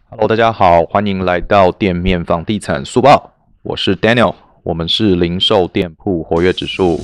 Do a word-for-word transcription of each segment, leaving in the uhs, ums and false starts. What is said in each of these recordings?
Hello，大家好，欢迎来到店面房地产速报，我是 Daniel，我们是零售店铺活跃指数。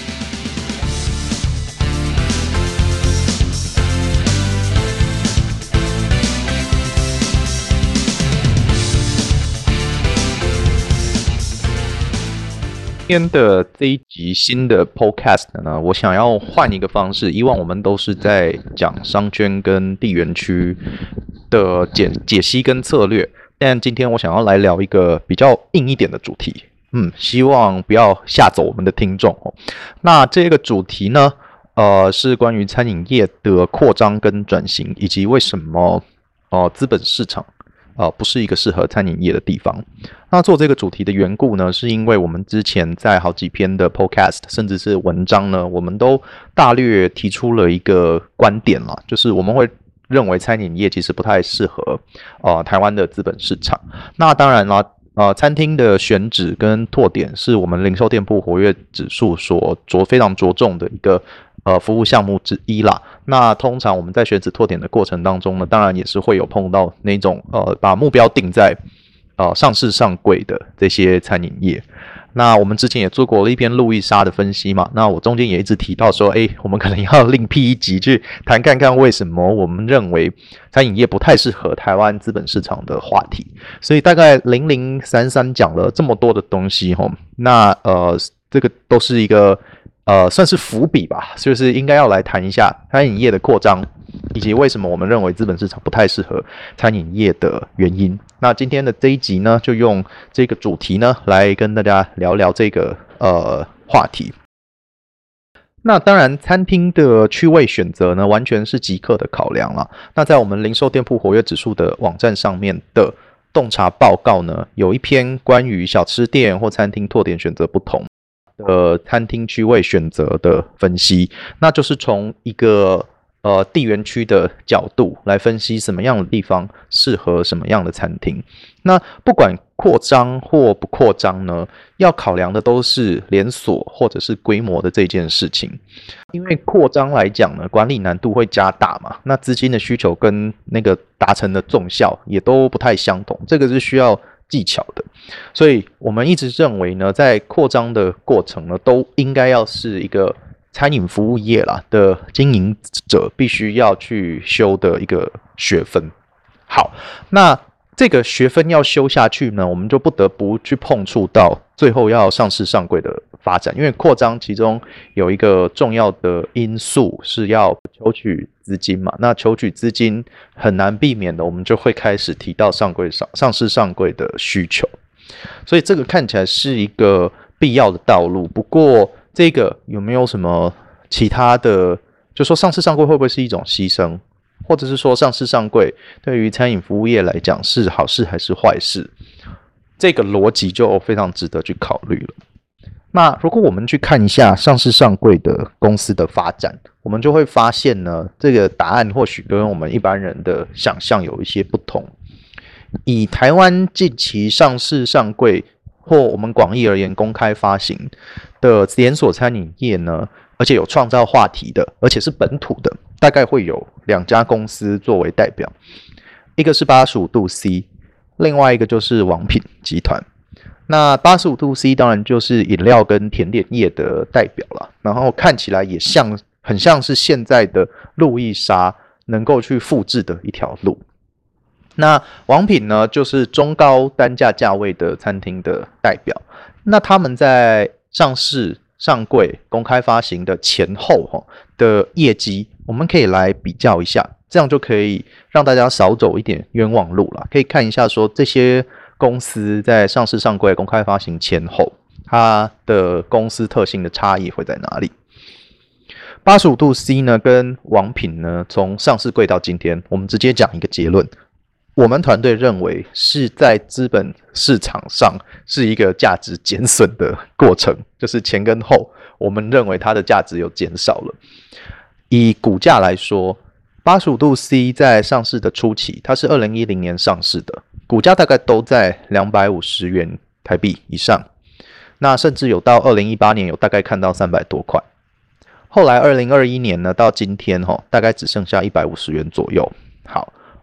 今天的这一集新的 podcast 呢，我想要换一个方式。以往我们都是在讲商圈跟地缘区的解解析跟策略，但今天我想要来聊一个比较硬一点的主题，嗯，希望不要吓走我们的听众哦。那这个主题呢，呃，是关于餐饮业的扩张跟转型，以及为什么呃资本市场呃不是一个适合餐饮业的地方。那做这个主题的缘故呢，是因为我们之前在好几篇的 podcast 甚至是文章呢，我们都大略提出了一个观点啦，就是我们会认为餐饮业其实不太适合呃台湾的资本市场。那当然啦，呃，餐厅的选址跟拓点是我们零售店铺活跃指数所着非常着重的一个呃服务项目之一啦。那通常我们在选址拓点的过程当中呢，当然也是会有碰到那种呃把目标定在呃上市上柜的这些餐饮业。那我们之前也做过了一篇路易莎的分析嘛，那我中间也一直提到说，诶，我们可能要另辟一集去谈看看为什么我们认为餐饮业不太适合台湾资本市场的话题。所以大概零零散散讲了这么多的东西齁，那呃这个都是一个呃算是伏笔吧，就是应该要来谈一下餐饮业的扩张，以及为什么我们认为资本市场不太适合餐饮业的原因。那今天的这一集呢，就用这个主题呢来跟大家聊聊这个呃话题。那当然，餐厅的区位选择呢，完全是即刻的考量啦。那在我们零售店铺活跃指数的网站上面的洞察报告呢，有一篇关于小吃店或餐厅拓点选择不同的餐厅区位选择的分析，那就是从一个呃地缘区的角度来分析什么样的地方适合什么样的餐厅。那不管扩张或不扩张呢，要考量的都是连锁或者是规模的这件事情。因为扩张来讲呢，管理难度会加大嘛，那资金的需求跟那个达成的纵效也都不太相同，这个是需要技巧的。所以我们一直认为呢，在扩张的过程呢，都应该要是一个餐饮服务业啦的经营者必须要去修的一个学分。好，那这个学分要修下去呢，我们就不得不去碰触到最后要上市上柜的发展。因为扩张其中有一个重要的因素是要求取资金嘛，那求取资金很难避免的，我们就会开始提到上柜上上市上柜的需求。所以这个看起来是一个必要的道路。不过这个有没有什么其他的，就说上市上柜会不会是一种牺牲，或者是说上市上柜对于餐饮服务业来讲是好事还是坏事，这个逻辑就非常值得去考虑了。那如果我们去看一下上市上柜的公司的发展，我们就会发现呢，这个答案或许跟我们一般人的想象有一些不同。以台湾近期上市上柜或我们广义而言公开发行的连锁餐饮业呢，而且有创造话题的，而且是本土的，大概会有两家公司作为代表，一个是八十五度 C， 另外一个就是王品集团。那八十五度 C 当然就是饮料跟甜点业的代表了，然后看起来也像很像是现在的路易莎能够去复制的一条路。那王品呢，就是中高单价价位的餐厅的代表。那他们在上市上柜公开发行的前后的业绩，我们可以来比较一下，这样就可以让大家少走一点冤枉路了。可以看一下说这些公司在上市上柜公开发行前后，它的公司特性的差异会在哪里。八十五度 C 呢跟王品呢，从上市柜到今天，我们直接讲一个结论，我们团队认为是在资本市场上是一个价值减损的过程，就是前跟后我们认为它的价值有减少了。以股价来说，八十五度 C 在上市的初期，它是二零一零年上市的，股价大概都在两百五十元台币以上，那甚至有到二零一八年有大概看到三百多块。后来二零二一年呢，到今天齁，大概只剩下一百五十元左右。好，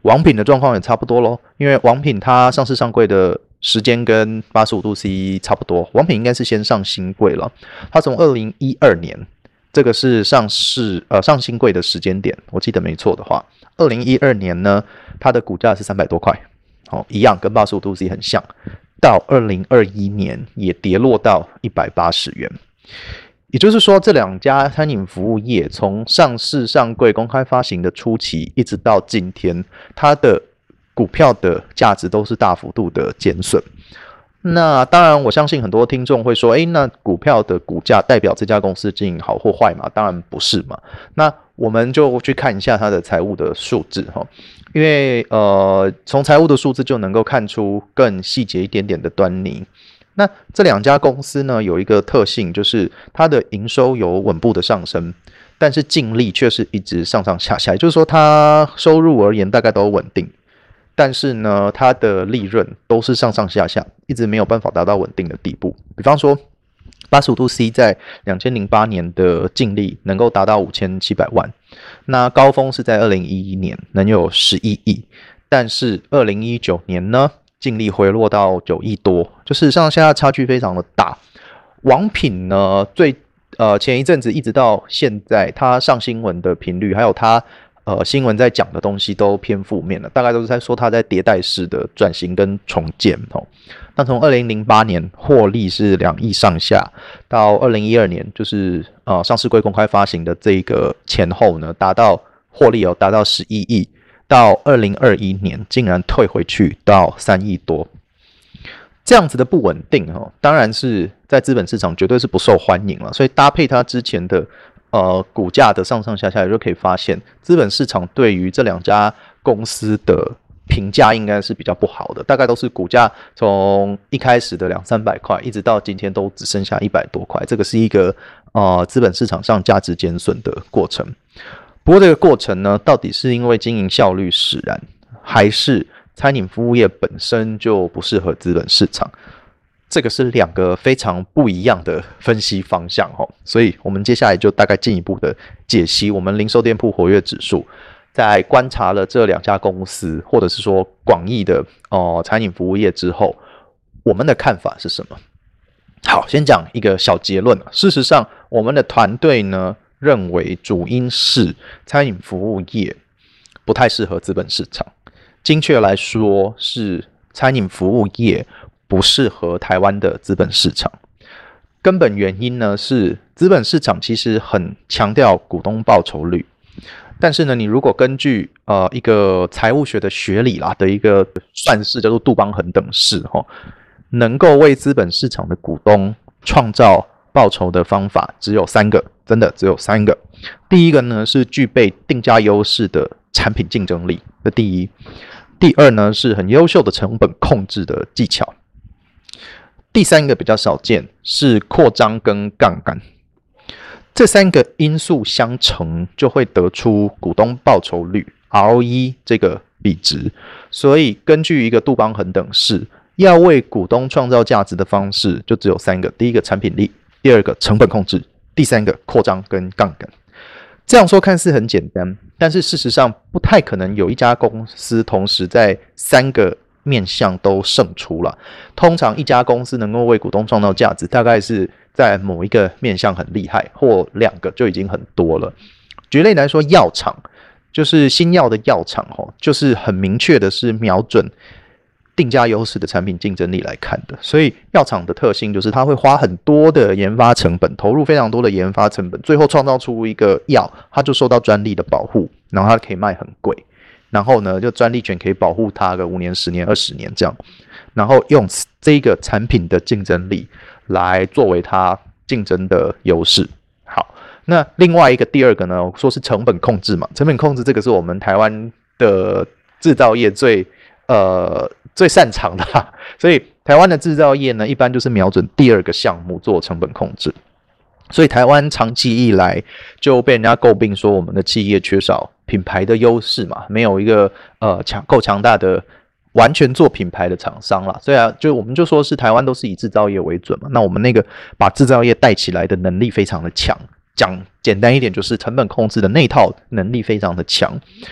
王品的状况也差不多咯，因为王品它上市上柜的时间跟八十五度 C 差不多，王品应该是先上新柜了，它从二零一二年这个是上市呃上新柜的时间点，我记得没错的话，二零一二年呢，它的股价是三百多块，哦，一样跟八十五度 C 很像，到二零二一年也跌落到一百八十元。也就是说，这两家餐饮服务业从上市上柜公开发行的初期，一直到今天，它的股票的价值都是大幅度的减损。那当然，我相信很多听众会说，诶，那股票的股价代表这家公司经营好或坏嘛？当然不是嘛。那我们就去看一下它的财务的数字哈，因为呃，从财务的数字就能够看出更细节一点点的端倪。那这两家公司呢，有一个特性，就是它的营收有稳步的上升，但是净利却是一直上上下下，也就是说它收入而言大概都稳定，但是呢它的利润都是上上下下，一直没有办法达到稳定的地步。比方说八十五度 C 在二零零八年的净利能够达到五千七百万，那高峰是在二零一一年能有十一亿，但是二零一九年呢净利回落到九亿多，就是上下差距非常的大。王品呢，最呃前一阵子一直到现在，它上新闻的频率，还有它呃新闻在讲的东西都偏负面了，大概都是在说它在迭代式的转型跟重建哦。那从二零零八年获利是两亿上下，到二零一二年就是呃上市柜公开发行的这个前后呢，达到获利有达到十一亿。到二零二一年竟然退回去到三亿多，这样子的不稳定哦，当然是在资本市场绝对是不受欢迎了。所以搭配它之前的呃股价的上上下下，也就可以发现，资本市场对于这两家公司的评价应该是比较不好的，大概都是股价从一开始的两三百块，一直到今天都只剩下一百多块，这个是一个呃资本市场上价值减损的过程。不过这个过程呢，到底是因为经营效率使然，还是餐饮服务业本身就不适合资本市场？这个是两个非常不一样的分析方向哦。所以我们接下来就大概进一步的解析我们零售店铺活跃指数，在观察了这两家公司，或者是说广义的哦、呃、餐饮服务业之后，我们的看法是什么？好，先讲一个小结论。事实上，我们的团队呢，认为主因是餐饮服务业不太适合资本市场，精确来说是餐饮服务业不适合台湾的资本市场。根本原因呢是资本市场其实很强调股东报酬率，但是呢，你如果根据呃一个财务学的学理啦的一个算式叫做杜邦恒等式齁，能够为资本市场的股东创造报酬的方法只有三个，真的只有三个。第一个呢是具备定价优势的产品竞争力，这第一。第二呢是很优秀的成本控制的技巧。第三个比较少见，是扩张跟杠杆。这三个因素相乘，就会得出股东报酬率 R O E 这个比值。所以根据一个杜邦恒等式，要为股东创造价值的方式就只有三个：第一个产品力，第二个成本控制，第三个扩张跟杠杆。这样说看似很简单，但是事实上不太可能有一家公司同时在三个面向都胜出了。通常一家公司能够为股东创造价值，大概是在某一个面向很厉害，或两个就已经很多了。举例来说，药厂就是新药的药厂，就是很明确的是瞄准定价优势的产品竞争力来看的。所以药厂的特性就是它会花很多的研发成本，投入非常多的研发成本，最后创造出一个药，它就受到专利的保护，然后它可以卖很贵，然后呢就专利权可以保护它个五年十年二十年这样，然后用这个产品的竞争力来作为它竞争的优势。好，那另外一个第二个呢，我说是成本控制嘛，成本控制这个是我们台湾的制造业最呃最擅长的啦，所以台湾的制造业呢，一般就是瞄准第二个项目做成本控制。所以台湾长期以来就被人家诟病说我们的企业缺少品牌的优势嘛，没有一个呃强够强大的完全做品牌的厂商啦。所以啊，就我们就说是台湾都是以制造业为准嘛，那我们那个把制造业带起来的能力非常的强，讲简单一点就是成本控制的那套能力非常的强。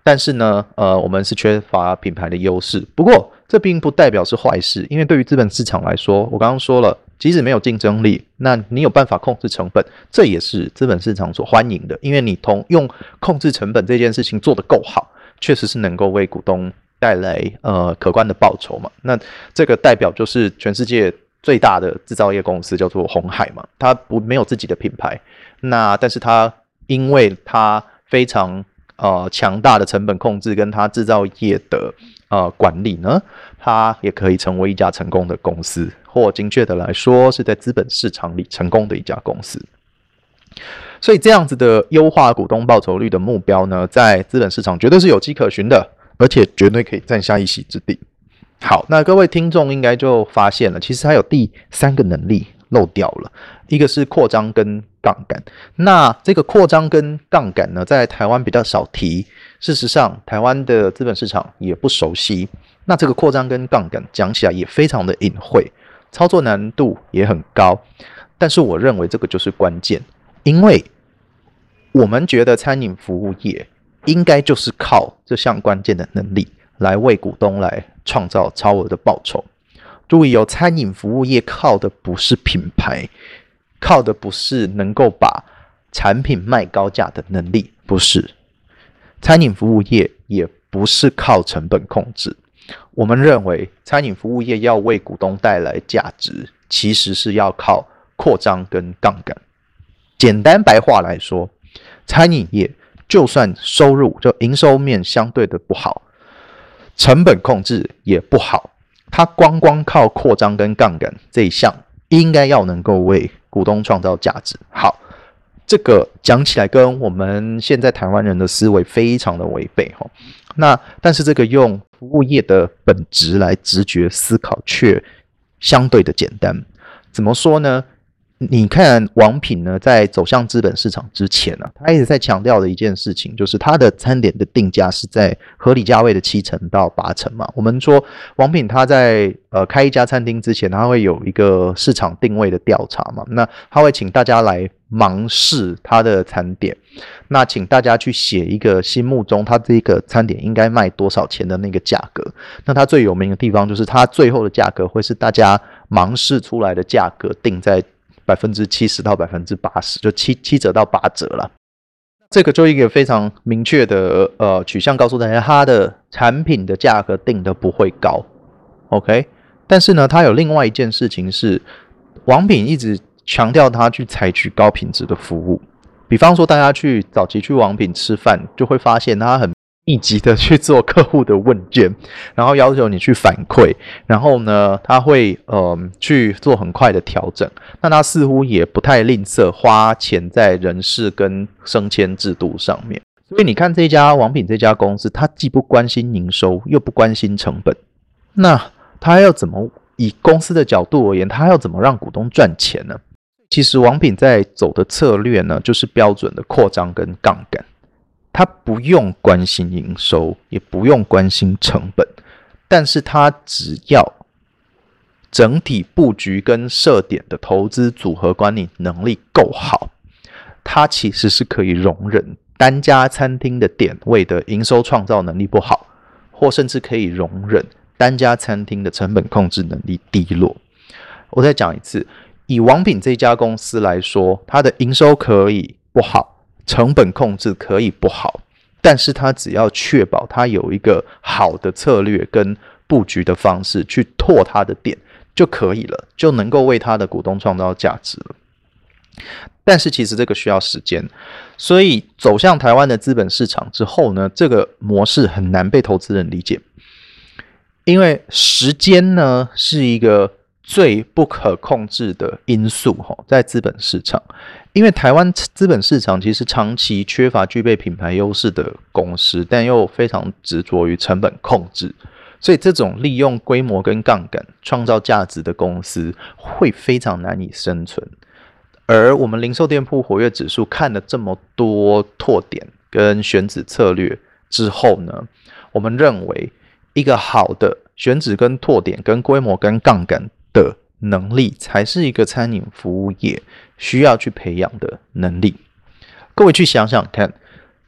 但是呢，呃，我们是缺乏品牌的优势。不过这并不代表是坏事，因为对于资本市场来说，我刚刚说了，即使没有竞争力，那你有办法控制成本，这也是资本市场所欢迎的，因为你同用控制成本这件事情做得够好，确实是能够为股东带来呃可观的报酬嘛。那这个代表就是全世界最大的制造业公司叫做鸿海嘛，它不没有自己的品牌，那但是它因为它非常呃强大的成本控制跟它制造业的呃管理呢，它也可以成为一家成功的公司，或精确的来说是在资本市场里成功的一家公司。所以这样子的优化股东报酬率的目标呢，在资本市场绝对是有迹可循的，而且绝对可以占下一席之地。好，那各位听众应该就发现了，其实还有第三个能力漏掉了，一个是扩张跟杠杆。那这个扩张跟杠杆呢，在台湾比较少提，事实上台湾的资本市场也不熟悉。那这个扩张跟杠杆讲起来也非常的隐晦，操作难度也很高，但是我认为这个就是关键，因为我们觉得餐饮服务业应该就是靠这项关键的能力来为股东来创造超额的报酬。注意哦，餐饮服务业靠的不是品牌，靠的不是能够把产品卖高价的能力，不是。餐饮服务业也不是靠成本控制。我们认为餐饮服务业要为股东带来价值，其实是要靠扩张跟杠杆。简单白话来说，餐饮业就算收入就营收面相对的不好，成本控制也不好，它光光靠扩张跟杠杆这一项应该要能够为股东创造价值。好，这个讲起来跟我们现在台湾人的思维非常的违背，那但是这个用服务业的本质来直觉思考却相对的简单。怎么说呢？你看王品呢，在走向资本市场之前呢、啊，他一直在强调的一件事情，就是他的餐点的定价是在合理价位的七成到八成嘛。我们说王品他在呃开一家餐厅之前，他会有一个市场定位的调查嘛，那他会请大家来盲试他的餐点，那请大家去写一个心目中他这个餐点应该卖多少钱的那个价格。那他最有名的地方就是他最后的价格会是大家盲试出来的价格定在百分之七十到百分之八十，就七七折到八折了。这个就一个非常明确的呃取向，告诉大家它的产品的价格定的不会高 ，OK。但是呢，它有另外一件事情是，王品一直强调它去采取高品质的服务。比方说，大家去早期去王品吃饭，就会发现它很密集的去做客户的问卷，然后要求你去反馈，然后呢，他会呃去做很快的调整。那他似乎也不太吝啬花钱在人事跟升迁制度上面。所以你看这家王品这家公司，他既不关心营收，又不关心成本，那他要怎么以公司的角度而言，他要怎么让股东赚钱呢？其实王品在走的策略呢，就是标准的扩张跟杠杆。他不用关心营收，也不用关心成本，但是他只要整体布局跟设点的投资组合管理能力够好，他其实是可以容忍单家餐厅的点位的营收创造能力不好，或甚至可以容忍单家餐厅的成本控制能力低落。我再讲一次，以王品这家公司来说，它的营收可以不好，成本控制可以不好，但是它只要确保它有一个好的策略跟布局的方式去拓它的店就可以了，就能够为它的股东创造价值了。但是其实这个需要时间，所以走向台湾的资本市场之后呢，这个模式很难被投资人理解，因为时间呢是一个最不可控制的因素在资本市场。因为台湾资本市场其实长期缺乏具备品牌优势的公司，但又非常执着于成本控制，所以这种利用规模跟杠杆创造价值的公司会非常难以生存。而我们零售店铺活跃指数看了这么多拓点跟选址策略之后呢，我们认为一个好的选址跟拓点跟规模跟杠杆的能力才是一个餐饮服务业需要去培养的能力。各位去想想看，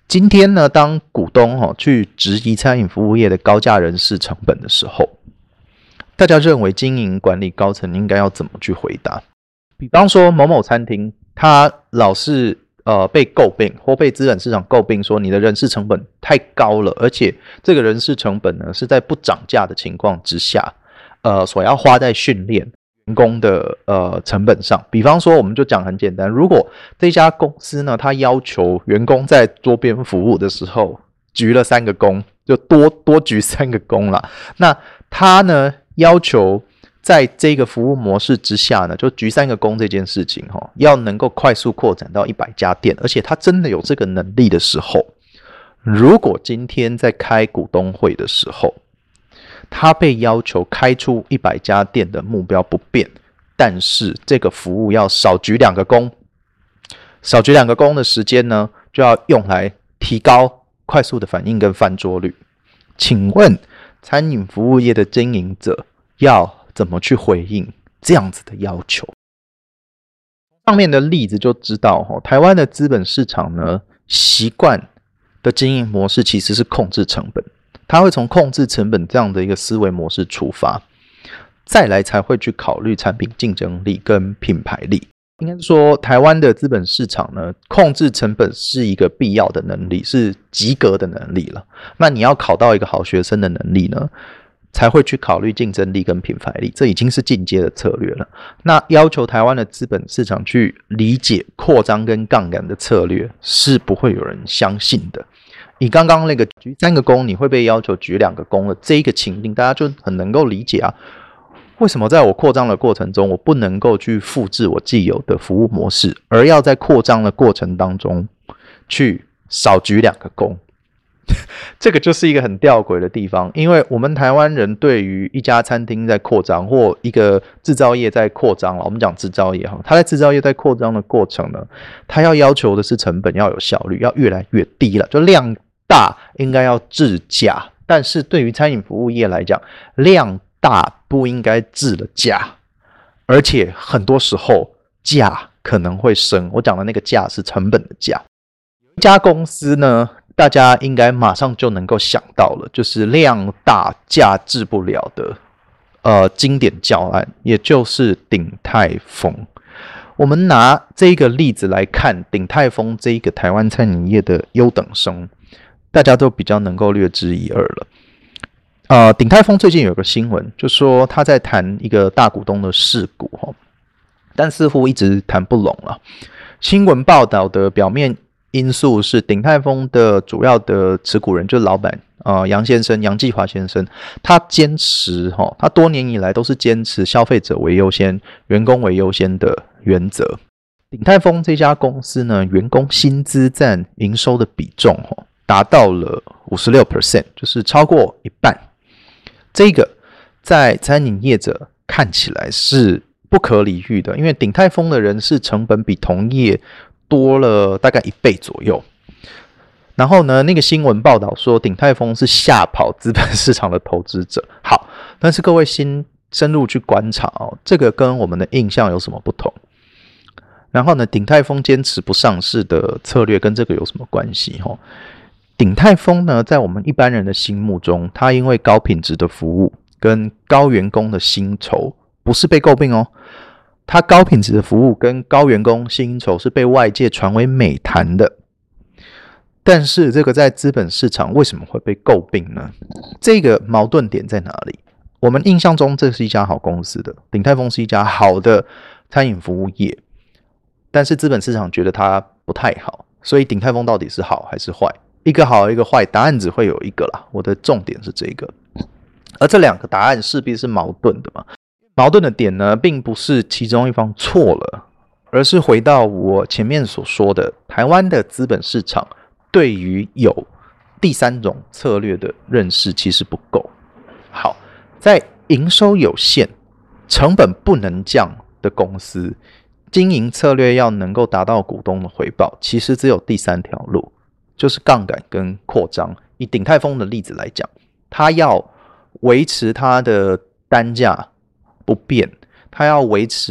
今天呢，当股东、哦、去质疑餐饮服务业的高价人事成本的时候，大家认为经营管理高层应该要怎么去回答？比方说某某餐厅，他老是呃被诟病或被资本市场诟病说你的人事成本太高了，而且这个人事成本呢是在不涨价的情况之下，呃所要花在训练员工的呃成本上。比方说我们就讲很简单，如果这家公司呢，他要求员工在桌边服务的时候鞠了三个躬，就多多鞠三个躬啦，那他呢要求在这个服务模式之下呢，就鞠三个躬这件事情、哦、要能够快速扩展到一百家店，而且他真的有这个能力的时候，如果今天在开股东会的时候，他被要求开出一百家店的目标不变，但是这个服务要少鞠两个躬，少鞠两个躬的时间呢，就要用来提高快速的反应跟翻桌率。请问餐饮服务业的经营者要怎么去回应这样子的要求？上面的例子就知道、哦、台湾的资本市场呢，习惯的经营模式其实是控制成本，他会从控制成本这样的一个思维模式出发，再来才会去考虑产品竞争力跟品牌力。应该说台湾的资本市场呢，控制成本是一个必要的能力，是及格的能力了。那你要考到一个好学生的能力呢，才会去考虑竞争力跟品牌力，这已经是进阶的策略了。那要求台湾的资本市场去理解扩张跟杠杆的策略，是不会有人相信的。以刚刚那个鞠三个躬，你会被要求鞠两个躬的这一个情境，大家就很能够理解啊。为什么在我扩张的过程中，我不能够去复制我既有的服务模式，而要在扩张的过程当中去少鞠两个躬？这个就是一个很吊诡的地方，因为我们台湾人对于一家餐厅在扩张，或一个制造业在扩张，我们讲制造业，他在制造业在扩张的过程呢，他要要求的是成本要有效率，要越来越低了，就量大应该要制价，但是对于餐饮服务业来讲，量大不应该制了价，而且很多时候价可能会升。我讲的那个价是成本的价。一家公司呢，大家应该马上就能够想到了，就是量大价制不了的呃经典教案，也就是鼎泰丰。我们拿这个例子来看鼎泰丰这一个台湾餐饮业的优等生，大家都比较能够略知一二了。呃，鼎泰丰最近有个新闻，就说他在谈一个大股东的事故，但似乎一直谈不拢了。新闻报道的表面因素是鼎泰丰的主要的持股人就是老板呃杨先生杨继华先生，他坚持齁，他多年以来都是坚持消费者为优先、员工为优先的原则。鼎泰丰这家公司呢，员工薪资占营收的比重齁达到了 百分之五十六， 就是超过一半。这个在餐饮业者看起来是不可理喻的，因为鼎泰丰的人事成本比同业多了大概一倍左右。然后呢，那个新闻报道说鼎泰丰是吓跑资本市场的投资者。好，但是各位先深入去观察哦，这个跟我们的印象有什么不同？然后呢，鼎泰丰坚持不上市的策略跟这个有什么关系？哦，鼎泰丰呢，在我们一般人的心目中，它因为高品质的服务跟高员工的薪酬，不是被诟病哦。它高品质的服务跟高员工薪酬是被外界传为美谈的。但是这个在资本市场为什么会被诟病呢？这个矛盾点在哪里？我们印象中这是一家好公司的，鼎泰丰是一家好的餐饮服务业，但是资本市场觉得它不太好，所以鼎泰丰到底是好还是坏？一个好一个坏，答案只会有一个啦。我的重点是这个，而这两个答案势必是矛盾的嘛。矛盾的点呢，并不是其中一方错了，而是回到我前面所说的，台湾的资本市场对于有第三种策略的认识其实不够好。在营收有限、成本不能降的公司，经营策略要能够达到股东的回报，其实只有第三条路，就是杠杆跟扩张。以鼎泰丰的例子来讲，它要维持它的单价不变，它要维持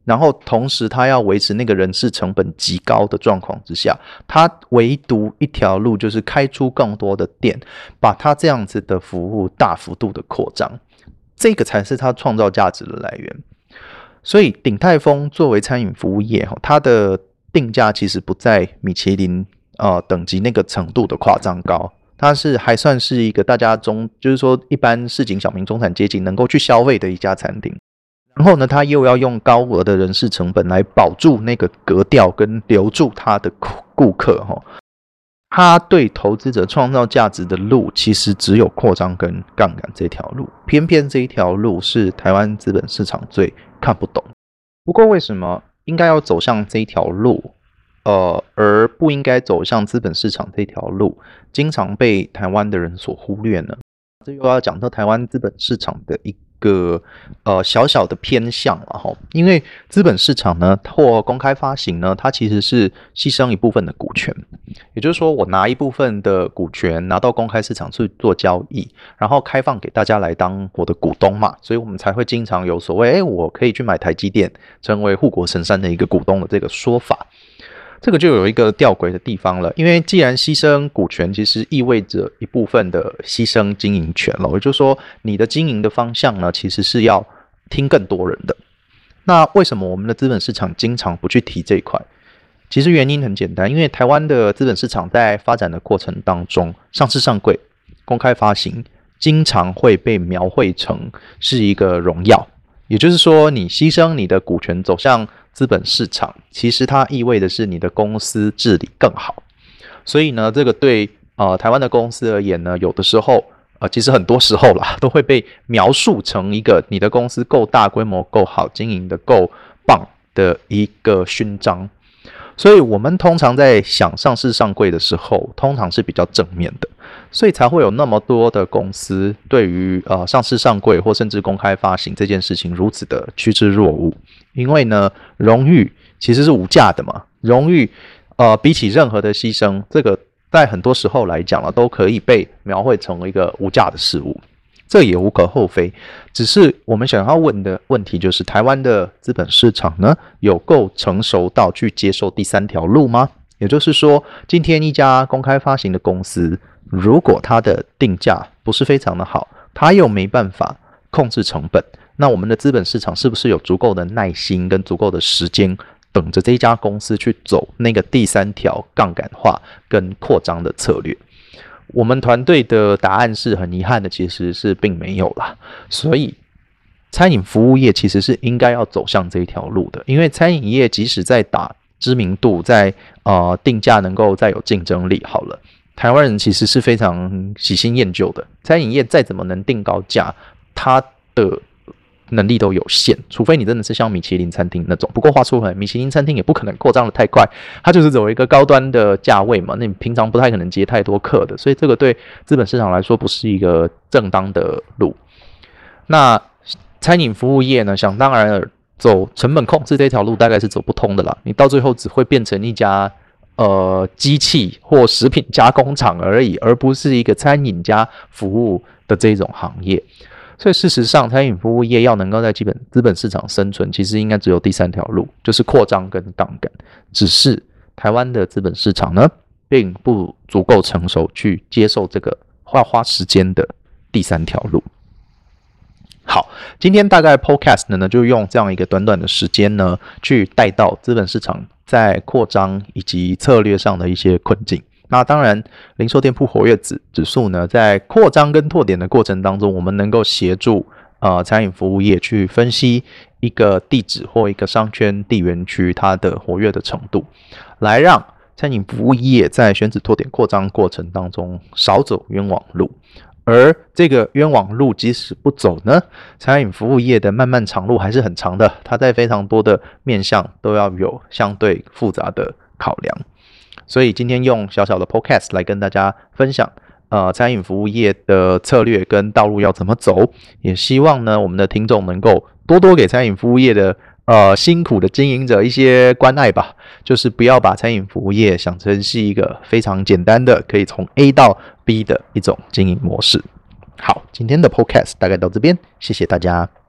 然后同时他要维持那个人事成本极高的状况之下，他唯独一条路就是开出更多的店，把他这样子的服务大幅度的扩张，这个才是他创造价值的来源。所以鼎泰丰作为餐饮服务业，它的定价其实不在米其林呃等级那个程度的夸张高，它是还算是一个大家中就是说一般市井小民中产阶级能够去消费的一家餐厅。然后呢，他又要用高额的人事成本来保住那个格调跟留住他的顾客。他对投资者创造价值的路其实只有扩张跟杠杆这条路，偏偏这一条路是台湾资本市场最看不懂。不过为什么应该要走向这一条路呃，而不应该走向资本市场这条路，经常被台湾的人所忽略呢？这又要讲到台湾资本市场的一个呃小小的偏向了哈，因为资本市场呢或公开发行呢，它其实是牺牲一部分的股权，也就是说我拿一部分的股权拿到公开市场去做交易，然后开放给大家来当我的股东嘛，所以我们才会经常有所谓诶我可以去买台积电成为护国神山的一个股东的这个说法。这个就有一个吊诡的地方了，因为既然牺牲股权其实意味着一部分的牺牲经营权了，也就是说你的经营的方向呢其实是要听更多人的。那为什么我们的资本市场经常不去提这一块？其实原因很简单，因为台湾的资本市场在发展的过程当中，上市上柜、公开发行经常会被描绘成是一个荣耀，也就是说你牺牲你的股权走向资本市场，其实它意味的是你的公司治理更好。所以呢，这个对呃台湾的公司而言呢，有的时候呃其实很多时候啦，都会被描述成一个你的公司够大、规模够好、经营的够棒的一个勋章。所以我们通常在想上市上柜的时候，通常是比较正面的，所以才会有那么多的公司对于呃上市上柜或甚至公开发行这件事情如此的趋之若鹜。因为呢，荣誉其实是无价的嘛，荣誉呃比起任何的牺牲，这个在很多时候来讲了，都可以被描绘成一个无价的事物，这也无可厚非。只是我们想要问的问题就是，台湾的资本市场呢，有够成熟到去接受第三条路吗？也就是说，今天一家公开发行的公司，如果它的定价不是非常的好，它又没办法控制成本，那我们的资本市场是不是有足够的耐心跟足够的时间，等着这一家公司去走那个第三条杠杆化跟扩张的策略？我们团队的答案是很遗憾的，其实是并没有啦。所以餐饮服务业其实是应该要走向这一条路的，因为餐饮业即使在打知名度，在呃定价能够再有竞争力好了，台湾人其实是非常喜新厌旧的，餐饮业再怎么能定高价，它的能力都有限，除非你真的是像米其林餐厅那种。不过话说回来，米其林餐厅也不可能扩张的太快，它就是走一个高端的价位嘛，那你平常不太可能接太多客的，所以这个对资本市场来说不是一个正当的路。那餐饮服务业呢，想当然了，走成本控制这条路大概是走不通的啦，你到最后只会变成一家呃机器或食品加工厂而已，而不是一个餐饮加服务的这种行业。所以事实上，餐饮服务业要能够在基本资本市场生存，其实应该只有第三条路，就是扩张跟杠杆。只是台湾的资本市场呢，并不足够成熟去接受这个花花时间的第三条路。好，今天大概 podcast 呢，就用这样一个短短的时间呢，去带到资本市场在扩张以及策略上的一些困境。那当然，零售店铺活跃指指数呢，在扩张跟拓点的过程当中，我们能够协助呃餐饮服务业去分析一个地址或一个商圈地缘区它的活跃的程度，来让餐饮服务业在选址拓点扩张过程当中少走冤枉路。而这个冤枉路即使不走呢，餐饮服务业的漫漫长路还是很长的，它在非常多的面向都要有相对复杂的考量。所以今天用小小的 podcast 来跟大家分享呃餐饮服务业的策略跟道路要怎么走，也希望呢我们的听众能够多多给餐饮服务业的呃辛苦的经营者一些关爱吧，就是不要把餐饮服务业想成是一个非常简单的可以从 A 到 B 的一种经营模式。好，今天的 podcast 大概到这边，谢谢大家。